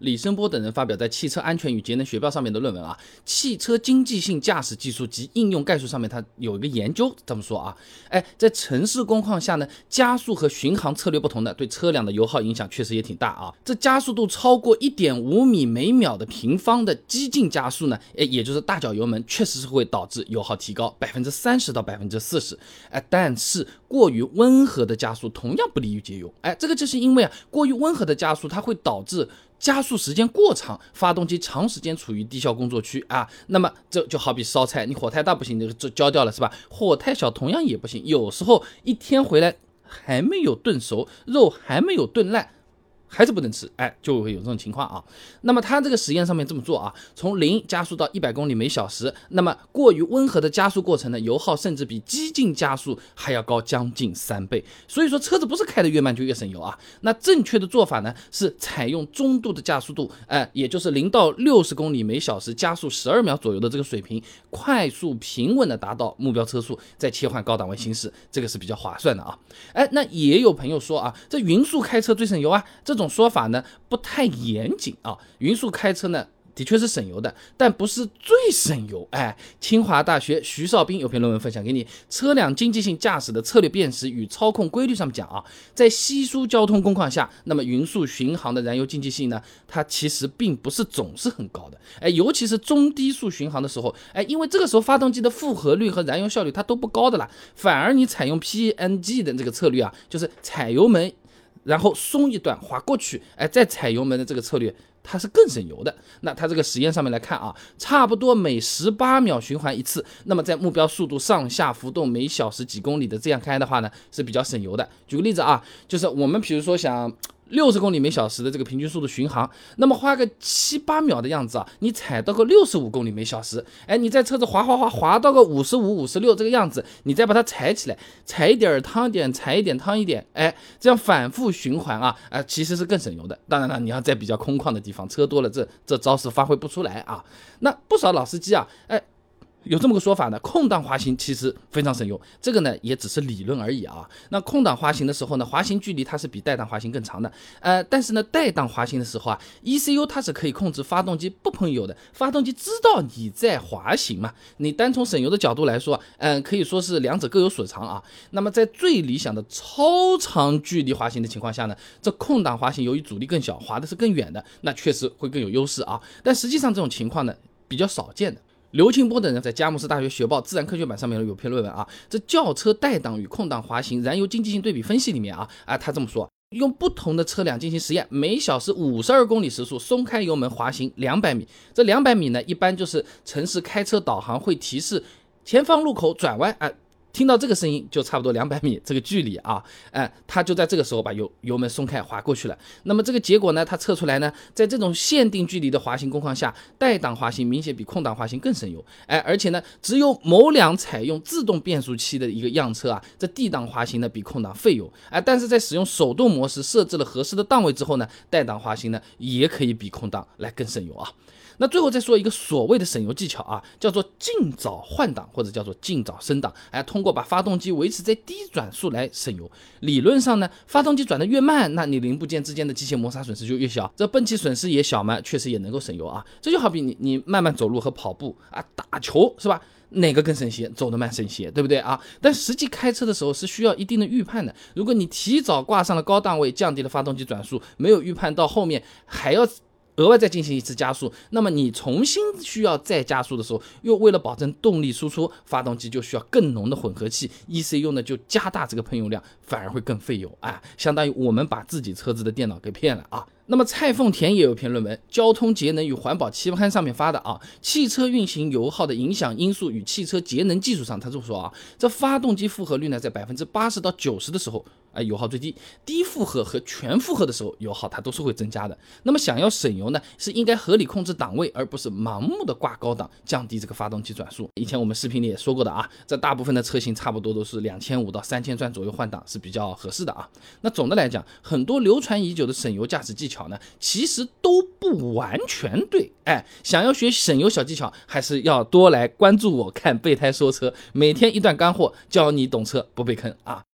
李声波等人发表在《汽车安全与节能学报》上面的论文啊，汽车经济性驾驶技术及应用概述上面，它有一个研究这么说啊，在城市工况下呢，加速和巡航策略不同的，对车辆的油耗影响确实也挺大啊。这加速度超过 1.5 米每秒的平方的激进加速呢，也就是大脚油门，确实是会导致油耗提高 30%到 40%，但是过于温和的加速同样不利于节油，这个就是因为过于温和的加速它会导致加速时间过长，发动机长时间处于低效工作区啊，那么这就好比烧菜，你火太大不行，就焦掉了是吧？火太小同样也不行，有时候一天回来还没有炖熟，肉还没有炖烂，还是不能吃，就会有这种情况啊。那么它这个实验上面这么做啊，从0加速到100公里每小时，那么过于温和的加速过程呢，油耗甚至比激进加速还要高将近3倍。所以说车子不是开得越慢就越省油啊。那正确的做法呢，是采用中度的加速度，也就是0到60公里每小时加速12秒左右的这个水平，快速平稳的达到目标车速，再切换高档位行驶，这个是比较划算的啊。那也有朋友说啊，这匀速开车最省油啊，这种说法呢不太严谨啊。匀速开车呢的确是省油的，但不是最省油。清华大学徐少斌有篇论文分享给你，车辆经济性驾驶的策略辨识与操控规律上面讲啊，在稀疏交通工况下，那么匀速巡航的燃油经济性呢，它其实并不是总是很高的。尤其是中低速巡航的时候，因为这个时候发动机的负荷率和燃油效率它都不高的啦，反而你采用 PNG 的这个策略啊，就是踩油门然后松一段滑过去，再踩油门的这个策略，它是更省油的。那它这个实验上面来看啊，差不多每18秒循环一次，那么在目标速度上下浮动每小时几公里的这样开的话呢，是比较省油的。举个例子啊，就是我们比如说想60公里每小时的这个平均速度巡航，那么花个7、8秒的样子啊，你踩到个65公里每小时，你在车子滑到个55、56这个样子，你再把它踩起来，踩一点趟一点，踩一点趟一点，这样反复循环啊，其实是更省油的。当然了，你要在比较空旷的地方，车多了这招式发挥不出来啊。那不少老司机啊，有这么个说法呢，空档滑行其实非常省油，这个呢也只是理论而已啊。那空档滑行的时候呢，滑行距离它是比带档滑行更长的，但是呢带档滑行的时候啊 ，ECU 它是可以控制发动机不喷油的，发动机知道你在滑行嘛。你单从省油的角度来说，可以说是两者各有所长啊。那么在最理想的超长距离滑行的情况下呢，这空档滑行由于阻力更小，滑的是更远的，那确实会更有优势啊。但实际上这种情况呢比较少见的。刘庆波等人在佳木斯大学学报自然科学版上面有篇论文啊，这轿车带档与空档滑行燃油经济性对比分析里面啊，他这么说，用不同的车辆进行实验，每小时52公里时速松开油门滑行200米，这200米呢，一般就是城市开车导航会提示前方路口转弯听到这个声音就差不多200米这个距离啊，他就在这个时候把油门松开滑过去了。那么这个结果呢，他测出来呢，在这种限定距离的滑行工况下，带档滑行明显比空档滑行更省油。而且呢，只有某辆采用自动变速器的一个样车啊，这 D 档滑行呢比空档费油。但是在使用手动模式设置了合适的档位之后呢，带档滑行呢也可以比空档来更省油啊。那最后再说一个所谓的省油技巧啊，叫做尽早换挡或者叫做尽早升档，通过把发动机维持在低转速来省油。理论上呢，发动机转得越慢，那你零部件之间的机械摩擦损失就越小，这泵气损失也小嘛，确实也能够省油啊。这就好比你慢慢走路和跑步打球是吧？哪个更省鞋？走得慢省鞋，对不对啊？但实际开车的时候是需要一定的预判的。如果你提早挂上了高档位，降低了发动机转速，没有预判到后面还要额外再进行一次加速，那么你重新需要再加速的时候，又为了保证动力输出，发动机就需要更浓的混合气， ECU 呢就加大这个喷油量，反而会更费油相当于我们把自己车子的电脑给骗了啊。那么蔡凤田也有篇论文《交通节能与环保期刊》上面发的汽车运行油耗的影响因素与汽车节能技术上，他这么说这发动机负荷率呢在 80%到90%的时候油耗最低，低负荷和全负荷的时候油耗它都是会增加的。那么想要省油呢，是应该合理控制档位，而不是盲目的挂高档，降低这个发动机转速。以前我们视频里也说过的这大部分的车型差不多都是2500到3000转左右换挡是比较合适的那总的来讲，很多流传已久的省油驾驶技巧呢，其实都不完全对。想要学省油小技巧，还是要多来关注我看备胎说车，每天一段干货，教你懂车不被坑